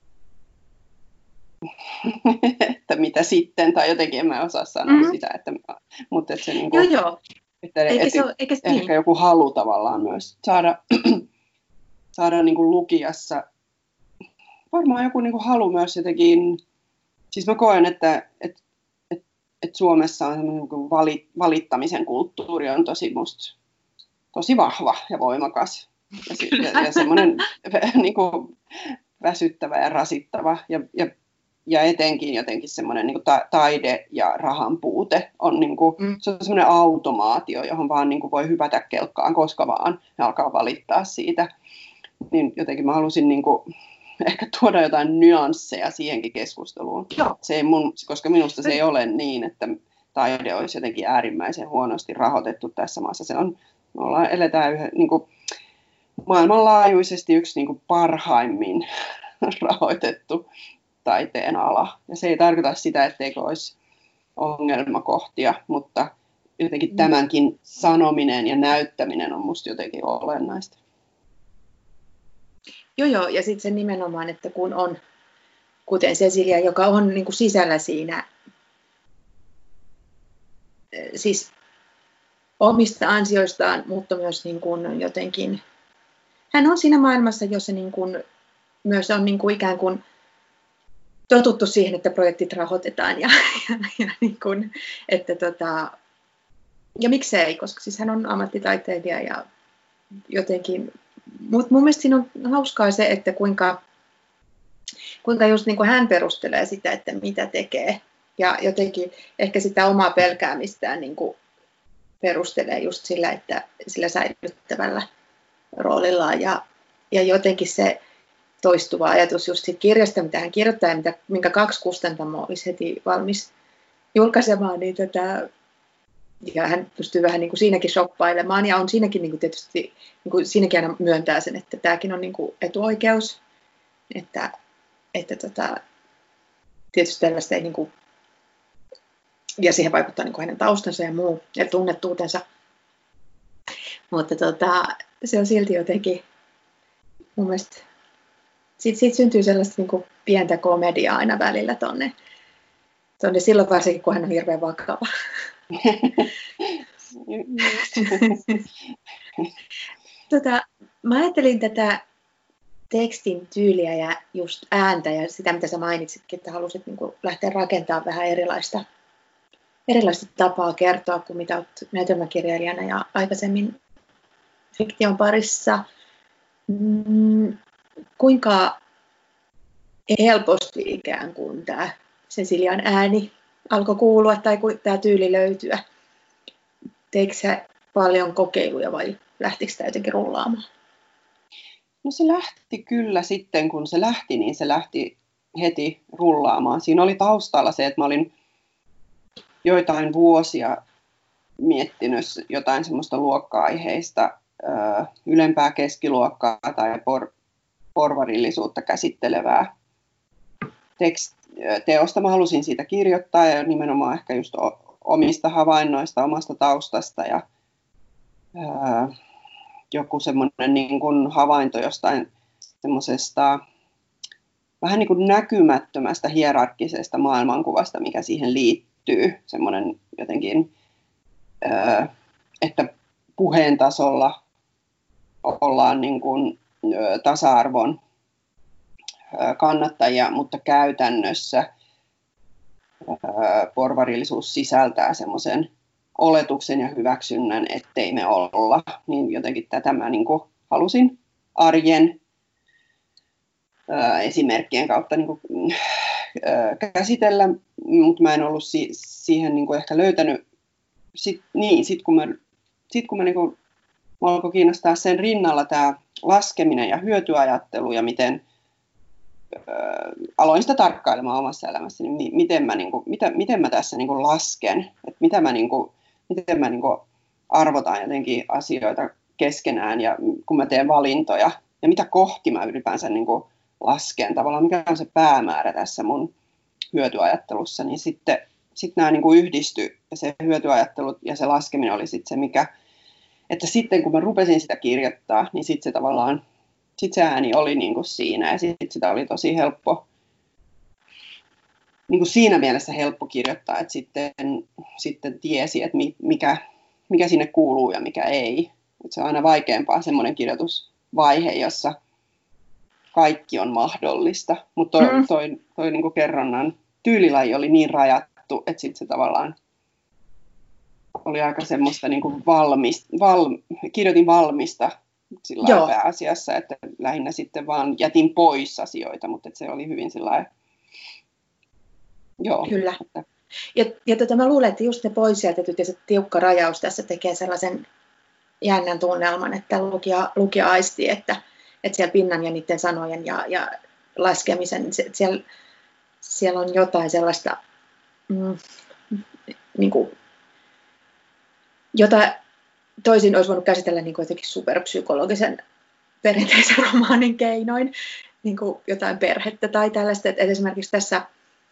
että mitä sitten, tai jotenkin en mä osaa sanoa sitä, mutta että se niinku, että ehkä niin. Joku halu tavallaan myös saada niinku lukijassa, varmaan joku niinku halu myös jotenkin, siis mä koen, että Suomessa on semmoinen niinku valittamisen kulttuuri on tosi vahva ja voimakas ja semmoinen niin kuin väsyttävä ja rasittava ja etenkin jotenkin semmoinen niin kuin taide ja rahan puute on niin kuin, se on semmoinen automaatio, johon vaan niin kuin voi hypätä kelkkaan koska vaan ja alkaa valittaa siitä. Niin jotenkin mä halusin niin kuin ehkä tuoda jotain nyansseja siihenkin keskusteluun. Se ei koska minusta se ei ole niin, että taide olisi jotenkin äärimmäisen huonosti rahoitettu tässä maassa. Eletään niin kuin maailmanlaajuisesti yksi niin kuin parhaimmin rahoitettu taiteen ala. Ja se ei tarkoita sitä, etteikö olisi ongelmakohtia, mutta jotenkin tämänkin sanominen ja näyttäminen on musta jotenkin olennaista. Joo, ja sitten se nimenomaan, että kun on, kuten Cecilia, joka on niin kuin sisällä siinä, siis omista ansioistaan, mutta myös niin kuin jotenkin, hän on siinä maailmassa, jossa niin kuin myös on niin kuin ikään kuin totuttu siihen, että projektit rahoitetaan ja niin kuin, että ja miksei, koska siis hän on ammattitaiteilija ja jotenkin, mutta mun mielestä siinä on hauskaa se, että kuinka just niin kuin hän perustelee sitä, että mitä tekee ja jotenkin ehkä sitä omaa pelkäämistään niin kuin perustelee just sillä säilyttävällä roolillaan ja jotenkin se toistuva ajatus just siitä kirjasta, mitä hän kirjoittaa ja minkä 2 kustantamoa olisi heti valmis julkaisemaan, niin ja hän pystyy vähän niin kuin siinäkin shoppailemaan ja on siinäkin niin kuin tietysti, niin kuin siinäkin aina myöntää sen, että tämäkin on niin kuin etuoikeus, että tietysti tällaista ei niin kuin, ja siihen vaikuttaa niin kuin hänen taustansa ja muu ja tunnettuutensa, mutta se on silti jotenkin mun mielestä, siitä syntyy sellaista niin kuin pientä komediaa aina välillä tonne silloin varsinkin, kun hän on hirveän vakava. Mä ajattelin tätä tekstin tyyliä ja just ääntä ja sitä, mitä sä mainitsitkin, että halusit niin kuin lähteä rakentamaan vähän erilaista tapaa kertoa kuin mitä olet näytelmäkirjailijana ja aikaisemmin fiktion parissa. Kuinka helposti ikään kuin tämä Cecilian ääni alkoi kuulua tai tämä tyyli löytyä? Teikö sä paljon kokeiluja vai lähtikö sitä jotenkin rullaamaan? No se lähti kyllä sitten, kun se lähti, niin se lähti heti rullaamaan. Siinä oli taustalla se, että mä olin joitain vuosia miettinyt jotain semmoista luokka-aiheista, ylempää keskiluokkaa tai porvarillisuutta käsittelevää teosta. Mä halusin siitä kirjoittaa ja nimenomaan ehkä just omista havainnoista, omasta taustasta ja joku semmoinen niin kuin havainto jostain semmoisesta vähän niin kuin näkymättömästä hierarkkisesta maailmankuvasta, mikä siihen liittyy. Semmoinen jotenkin, että puheen tasolla ollaan niin kuin tasa-arvon kannattajia, mutta käytännössä porvarillisuus sisältää semmoisen oletuksen ja hyväksynnän, ettei me olla. Niin jotenkin tätä mä niin kuin halusin arjen esimerkkien kautta niin kuin, käsitellä, mutta mä en ollut siihen niin kuin ehkä löytänyt. Sitten kun mä niin kuin, mä alkoi kiinnostaa sen rinnalla tämä laskeminen ja hyötyajattelu ja miten aloin sitä tarkkailemaan omassa elämässäni, niin miten mä tässä niin kuin lasken, että miten mä niin kuin arvotan jotenkin asioita keskenään ja kun mä teen valintoja ja mitä kohti mä ylipäänsä niin kuin lasken, tavallaan mikä on se päämäärä tässä mun hyötyajattelussa, niin sitten nämä niin kuin yhdistyi ja se hyötyajattelu ja se laskeminen oli sitten se, mikä, että sitten kun mä rupesin sitä kirjoittaa, niin sitten se tavallaan, sitten se ääni oli niin kuin siinä ja sitten sitä oli tosi helppo, niin kuin siinä mielessä helppo kirjoittaa, että sitten tiesi, että mikä sinne kuuluu ja mikä ei. Että se on aina vaikeampaa semmoinen kirjoitusvaihe, jossa kaikki on mahdollista, mutta toi niin kuin kerronnan tyylilaji oli niin rajattu, että sitten se tavallaan oli aika semmoista niin kuin kirjoitin valmista sillä pääasiassa, että lähinnä sitten vaan jätin pois asioita, mutta se oli hyvin sillä joo. Kyllä. Ja mä luulen, että just ne pois jätetyt ja se tiukka rajaus tässä tekee sellaisen jännän tunnelman, että lukija aistii, että siellä pinnan ja niiden sanojen ja laskemisen, siellä on jotain sellaista, niin kuin, jota toisin olisi voinut käsitellä niin kuin jotenkin superpsykologisen perinteisen romaanin keinoin, niin kuin jotain perhettä tai tällaista. Että esimerkiksi tässä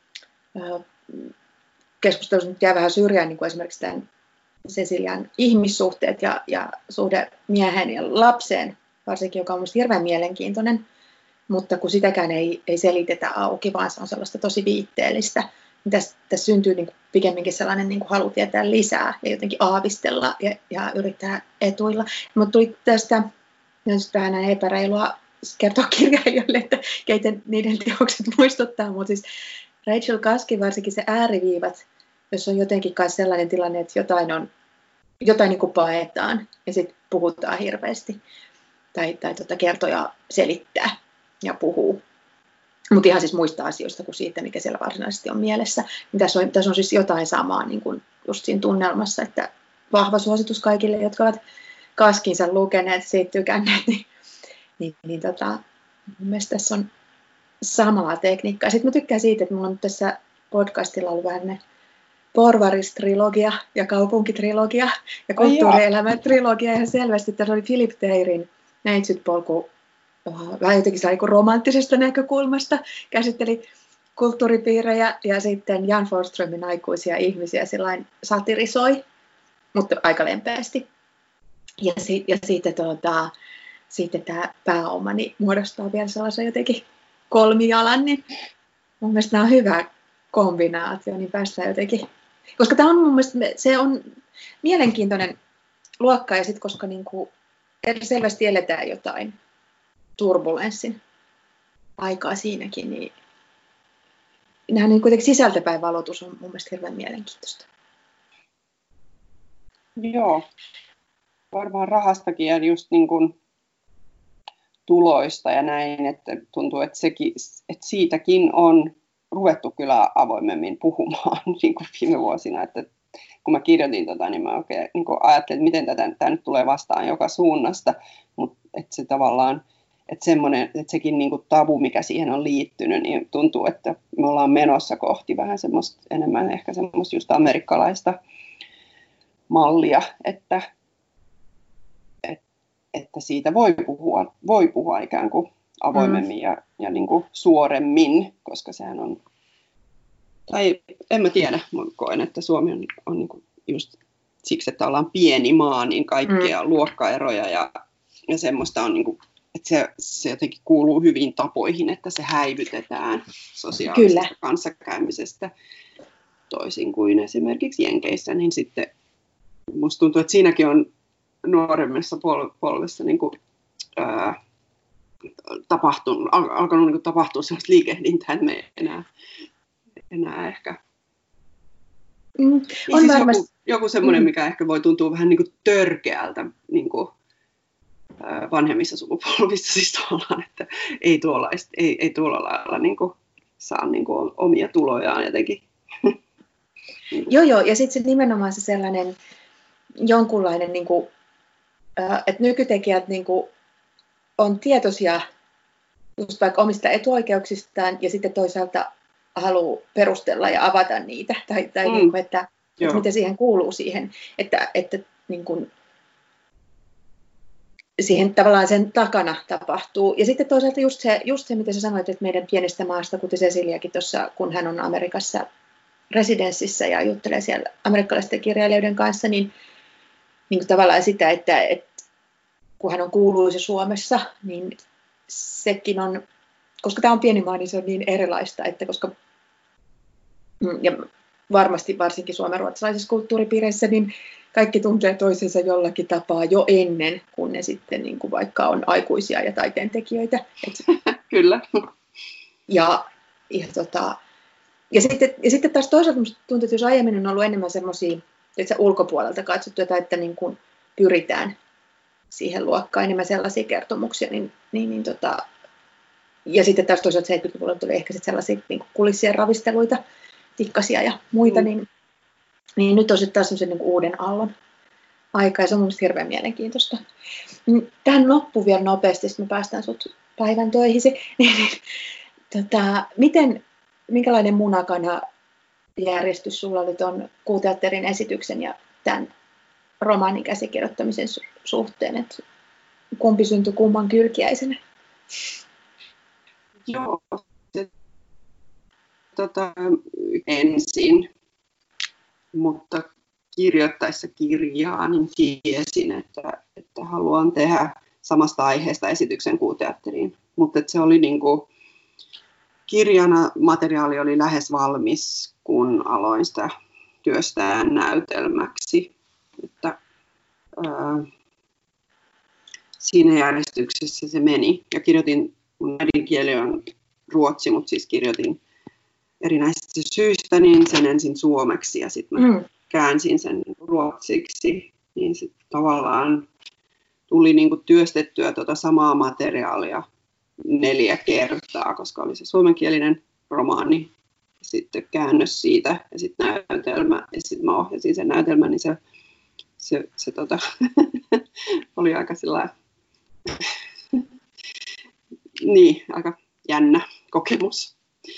keskustelussa nyt jää vähän syrjään niin kuin esimerkiksi tämän Cecilian ihmissuhteet ja suhde miehen ja lapseen, varsinkin, joka on minusta hirveän mielenkiintoinen, mutta kun sitäkään ei selitetä auki, vaan se on sellaista tosi viitteellistä, niin tässä syntyy niin kuin pikemminkin sellainen niin kuin halu tietää lisää ja jotenkin aavistella ja yrittää etuilla. Mutta tuli tästä vähän epäreilua kertoa kirjailijoille, että keitä niiden teokset muistuttaa, mutta siis Rachel Kaskin varsinkin se ääriviivat, jos on jotenkin kai sellainen tilanne, että jotain niin kuin paetaan ja sitten puhutaan hirveästi tai kertoja selittää ja puhuu. Mutta ihan siis muista asioista kuin siitä, mikä siellä varsinaisesti on mielessä. Niin tässä on siis jotain samaa niin kuin just siinä tunnelmassa, että vahva suositus kaikille, jotka ovat Kaskinsa lukeneet, siitä tykänneet, niin mun mielestä tässä on samaa tekniikkaa. Sitten mä tykkään siitä, että mulla on tässä podcastilla ollut vähän ne porvaristrilogia ja kaupunkitrilogia ja kulttuurielämätrilogia. Ihan selvästi tässä oli Philip Teirin Neitsytpolku vähän jotenkin romanttisesta näkökulmasta käsitteli kulttuuripiirejä ja sitten Jan Forsströmin aikuisia ihmisiä sillain satirisoi, mutta aika lempeästi. Ja sitten tämä pääoma niin muodostaa vielä sellaisen jotenkin kolmijalan, niin mun mielestä nämä on hyvä kombinaatio, niin päästään jotenkin, koska tämä on mun mielestä, se on mielenkiintoinen luokka ja sitten koska niinku selvästi eletään jotain turbulenssin aikaa siinäkin, niin nämä niin kuitenkin sisältäpäin valotus on mun mielestä hirveän mielenkiintoista. Joo, varmaan rahastakin ja just niin kuin tuloista ja näin, että tuntuu, että siitäkin on ruvettu kyllä avoimemmin puhumaan niin kuin viime vuosina, että kun mä kirjoitin niin mä oikein niin kuin ajattelin, että miten tämä nyt tulee vastaan joka suunnasta, mutta että se tavallaan, että sekin niin kuin tabu, mikä siihen on liittynyt, niin tuntuu, että me ollaan menossa kohti vähän semmoista enemmän ehkä semmoista just amerikkalaista mallia, että siitä voi puhua ikään kuin avoimemmin ja niin kuin suoremmin, koska sehän on, tai en mä tiedä, mä koen, että Suomi on niin kuin just siksi, että ollaan pieni maa, niin kaikkea luokkaeroja ja semmoista on, niin kuin, että se jotenkin kuuluu hyvin tapoihin, että se häivytetään sosiaalisesta kanssakäymisestä toisin kuin esimerkiksi Jenkeissä, niin sitten musta tuntuu, että siinäkin on nuoremmassa polvessa niin kuin, alkanut niin kuin tapahtua sellaista liikehdintää, että me ei enää ehkä. On siis varmasti joku semmoinen, mikä ehkä voi tuntua vähän niin kuin törkeältä niin kuin, vanhemmissa sukupolvissa siis tavallaan, että ei tuolla lailla niin kuin, saa niin kuin, omia tulojaan jotenkin. Joo, ja sitten se nimenomaan se sellainen jonkunlainen, niin kuin, että nykytekijät niin kuin, on tietoisia just vaikka omista etuoikeuksistaan ja sitten toisaalta haluaa perustella ja avata niitä, tai niin kuin, että mitä siihen kuuluu siihen, että niin kuin, siihen tavallaan sen takana tapahtuu. Ja sitten toisaalta just se, mitä sä sanoit, että meidän pienestä maasta, kuten Ceciliakin tuossa, kun hän on Amerikassa residenssissä ja juttelee siellä amerikkalaisten kirjailijoiden kanssa, niin kuin tavallaan sitä, että kun hän on kuuluisa Suomessa, niin sekin on, koska tämä on pieni maa, niin se on niin erilaista, että koska, ja varmasti varsinkin suomenruotsalaisissa kulttuuripiireissä, niin kaikki tuntee toisensa jollakin tapaa jo ennen, kun ne sitten niin kuin vaikka on aikuisia ja taiteentekijöitä. Kyllä. Ja sitten taas toisaalta tuntuu, että jos aiemmin on ollut enemmän semmoisia, että ulkopuolelta katsottu, että niin kuin pyritään siihen luokkaan enemmän sellaisia kertomuksia, ja sitten taas toisaalta 70-luvulla tuli ehkä sitten sellaisia niin kuin kulissien ravisteluita, tikkasia ja muita, niin nyt on sitten taas semmoisen niin kuin uuden aallon aika, ja se on mun mielestä hirveän mielenkiintoista. Tähän loppuun vielä nopeasti, sitten me päästään sut päivän töihisi. Minkälainen munakana järjestys sulla oli tuon Kuuteatterin esityksen ja tämän romaanin käsikirjoittamisen suhteen, että kumpi syntyi kumman kylkiäisenä? Joo, ensin, mutta kirjoittaessa kirjaa, niin tiesin, että haluan tehdä samasta aiheesta esityksen Kuuteatteriin, mutta se oli niin kuin, kirjana materiaali oli lähes valmis, kun aloin sitä työstää näytelmäksi. Että, siinä järjestyksessä se meni. Ja kirjoitin, mun äidinkieli on ruotsi, mutta siis kirjoitin erinäisistä syistä niin sen ensin suomeksi ja sitten mä käänsin sen ruotsiksi. Niin sitten tavallaan tuli niinku työstettyä samaa materiaalia 4 kertaa, koska oli se suomenkielinen romaani, sitten käännös siitä ja sitten näytelmä, ja sitten mä ohjasin sen näytelmän, niin se oli aika sellainen, niin, aika jännä kokemus.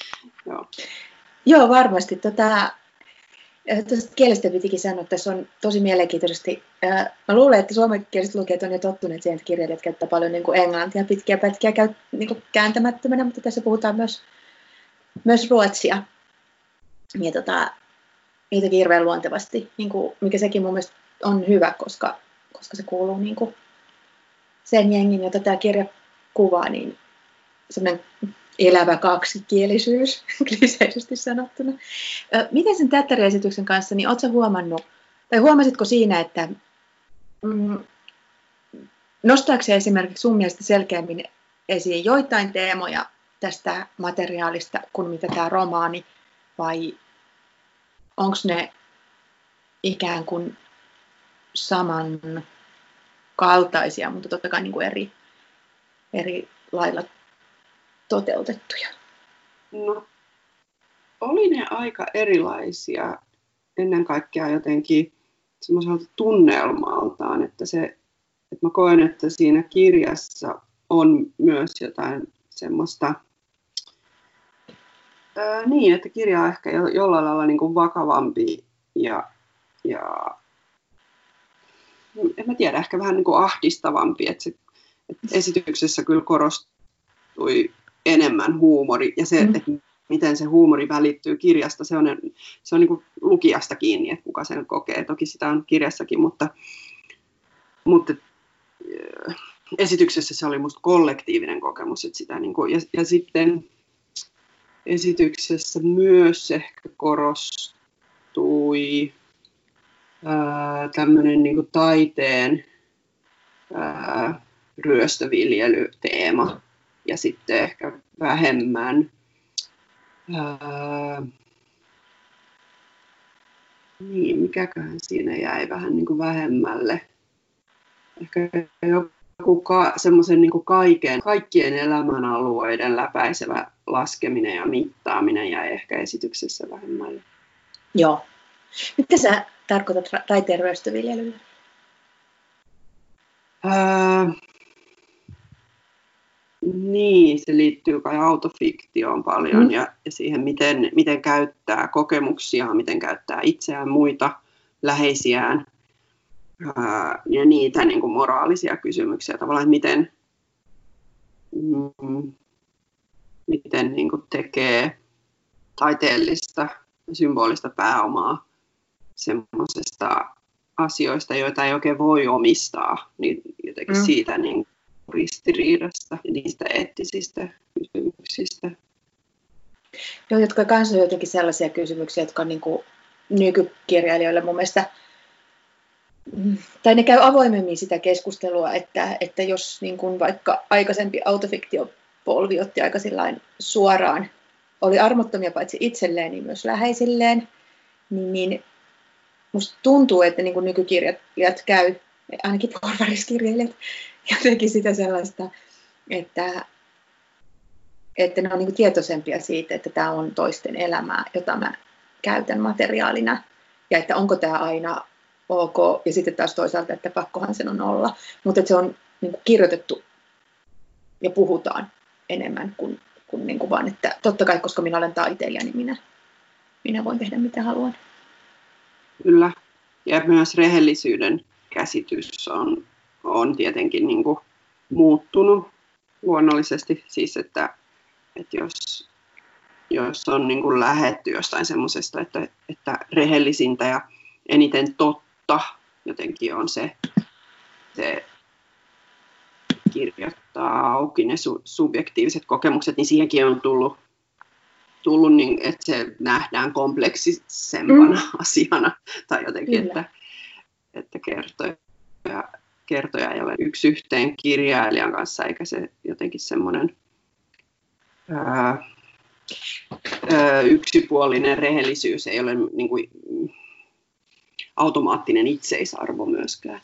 Joo, varmasti. Tuosta kielestä pitikin sanoa, että tässä on tosi mielenkiintoisesti. Mä luulen, että suomenkieliset lukijat on jo tottuneet siihen, että kirjailijat käyttää paljon niin kuin englantia, pitkiä pätkiä niin kuin kääntämättömänä, mutta tässä puhutaan myös ruotsia. Ja niitäkin hirveän luontevasti, niin kuin, mikä sekin mun mielestä on hyvä, koska se kuuluu niin kuin sen jengin, jota tämä kirja kuvaa, niin semmoinen elävä kaksikielisyys, kliseisesti sanottuna. Miten sen teatteriesityksen kanssa, niin ootko huomannut, tai huomasitko siinä, että nostaako se esimerkiksi sun mielestä selkeämmin esiin joitain teemoja tästä materiaalista kuin mitä tämä romaani, vai onko ne ikään kuin samankaltaisia, mutta totta kai niin kuin eri lailla toteutettuja? No, oli ne aika erilaisia ennen kaikkea jotenkin semmoiselta tunnelmaltaan, että mä koen, että siinä kirjassa on myös jotain semmoista, niin, että kirja on ehkä jollain lailla niin kuin vakavampi ja en mä tiedä, ehkä vähän niin kuin ahdistavampi, että esityksessä kyllä korostui enemmän huumori ja se, että miten se huumori välittyy kirjasta, se on niin kuin lukijasta kiinni, että kuka sen kokee. Toki sitä on kirjassakin, mutta esityksessä se oli musta kollektiivinen kokemus, että sitä niin kuin, ja sitten esityksessä myös ehkä korostui tämmöinen niin kuin taiteen ryöstöviljelyteema ja sitten ehkä vähemmän niin, mikäköhän siinä jäi vähän niin kuin vähemmälle. Ehkä joku semmoisen niin kuin kaikkien elämänalueiden läpäisevä laskeminen ja mittaaminen jäi ehkä esityksessä vähemmälle. Joo. Mitä sä tarkoitat taiteen ryöstöviljelyllä? Niin, se liittyy kai autofiktioon paljon ja siihen, miten käyttää kokemuksia, miten käyttää itseään, muita, läheisiään ja niitä niin kuin moraalisia kysymyksiä. Tavallaan, että miten niin kuin tekee taiteellista, symbolista pääomaa semmoisesta asioista, joita ei oikein voi omistaa, niin jotenkin siitä niin ristiriidasta ja niistä eettisistä kysymyksistä. Joo, jotka kanssa on jotenkin sellaisia kysymyksiä, jotka on niin kuin nykykirjailijoille mun mielestä, tai ne käy avoimemmin sitä keskustelua, että jos niin kuin vaikka aikaisempi autofiktiopolvi otti aika suoraan, oli armottomia paitsi itselleen, niin myös läheisilleen, niin musta tuntuu, että niin kuin nykykirjailijat käy, ainakin porvariskirjailijat, jotenkin sitä sellaista, että ne on niin kuin tietoisempia siitä, että tämä on toisten elämää, jota mä käytän materiaalina, ja että onko tämä aina ok, ja sitten taas toisaalta, että pakkohan sen on olla, mutta se on niin kuin kirjoitettu ja puhutaan enemmän kuin niin kuin vaan, että totta kai, koska minä olen taiteilija, niin minä voin tehdä mitä haluan. Kyllä, ja myös rehellisyyden käsitys on tietenkin niin kuin muuttunut luonnollisesti, siis että jos on niin kuin lähdetty jostain semmoisesta, että rehellisintä ja eniten totta jotenkin on se kirjoittaa auki ne subjektiiviset kokemukset, niin siihenkin on tullut niin, että se nähdään kompleksisempana asiana tai jotenkin, että kertoja ei ole yksi yhteen kirjailijan kanssa, eikä se jotenkin semmoinen yksipuolinen rehellisyys ei ole niin kuin automaattinen itseisarvo myöskään.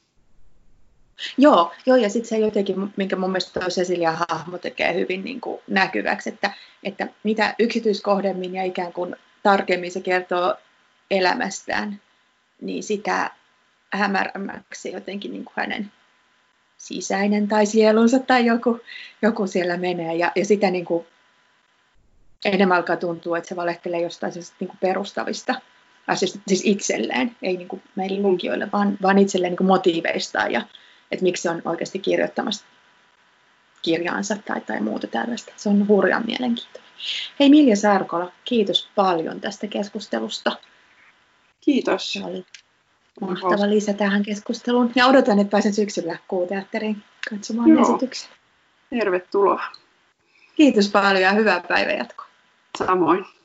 Joo, ja sitten se jotenkin, minkä mun mielestä toi Cecilian hahmo tekee hyvin niin kuin näkyväksi, että mitä yksityiskohdemmin ja ikään kuin tarkemmin se kertoo elämästään, niin sitä hämärämmäksi jotenkin niin kuin hänen sisäinen tai sielunsa tai joku siellä menee. Ja sitä niin kuin enemmän alkaa tuntua, että se valehtelee jostain niin kuin perustavista asioista, siis itselleen, ei niin kuin meille lukijoille, vaan itselleen niin kuin motiiveistaan ja että miksi se on oikeasti kirjoittamassa kirjaansa tai muuta tällaista. Se on hurjan mielenkiintoinen. Hei Milja Sarkola, kiitos paljon tästä keskustelusta. Kiitos. Se oli mahtava lisä tähän keskusteluun. Ja odotan, että pääsen syksyllä Kuuteatteriin katsomaan esityksen. Tervetuloa. Kiitos paljon ja hyvää päivänjatkoa. Samoin.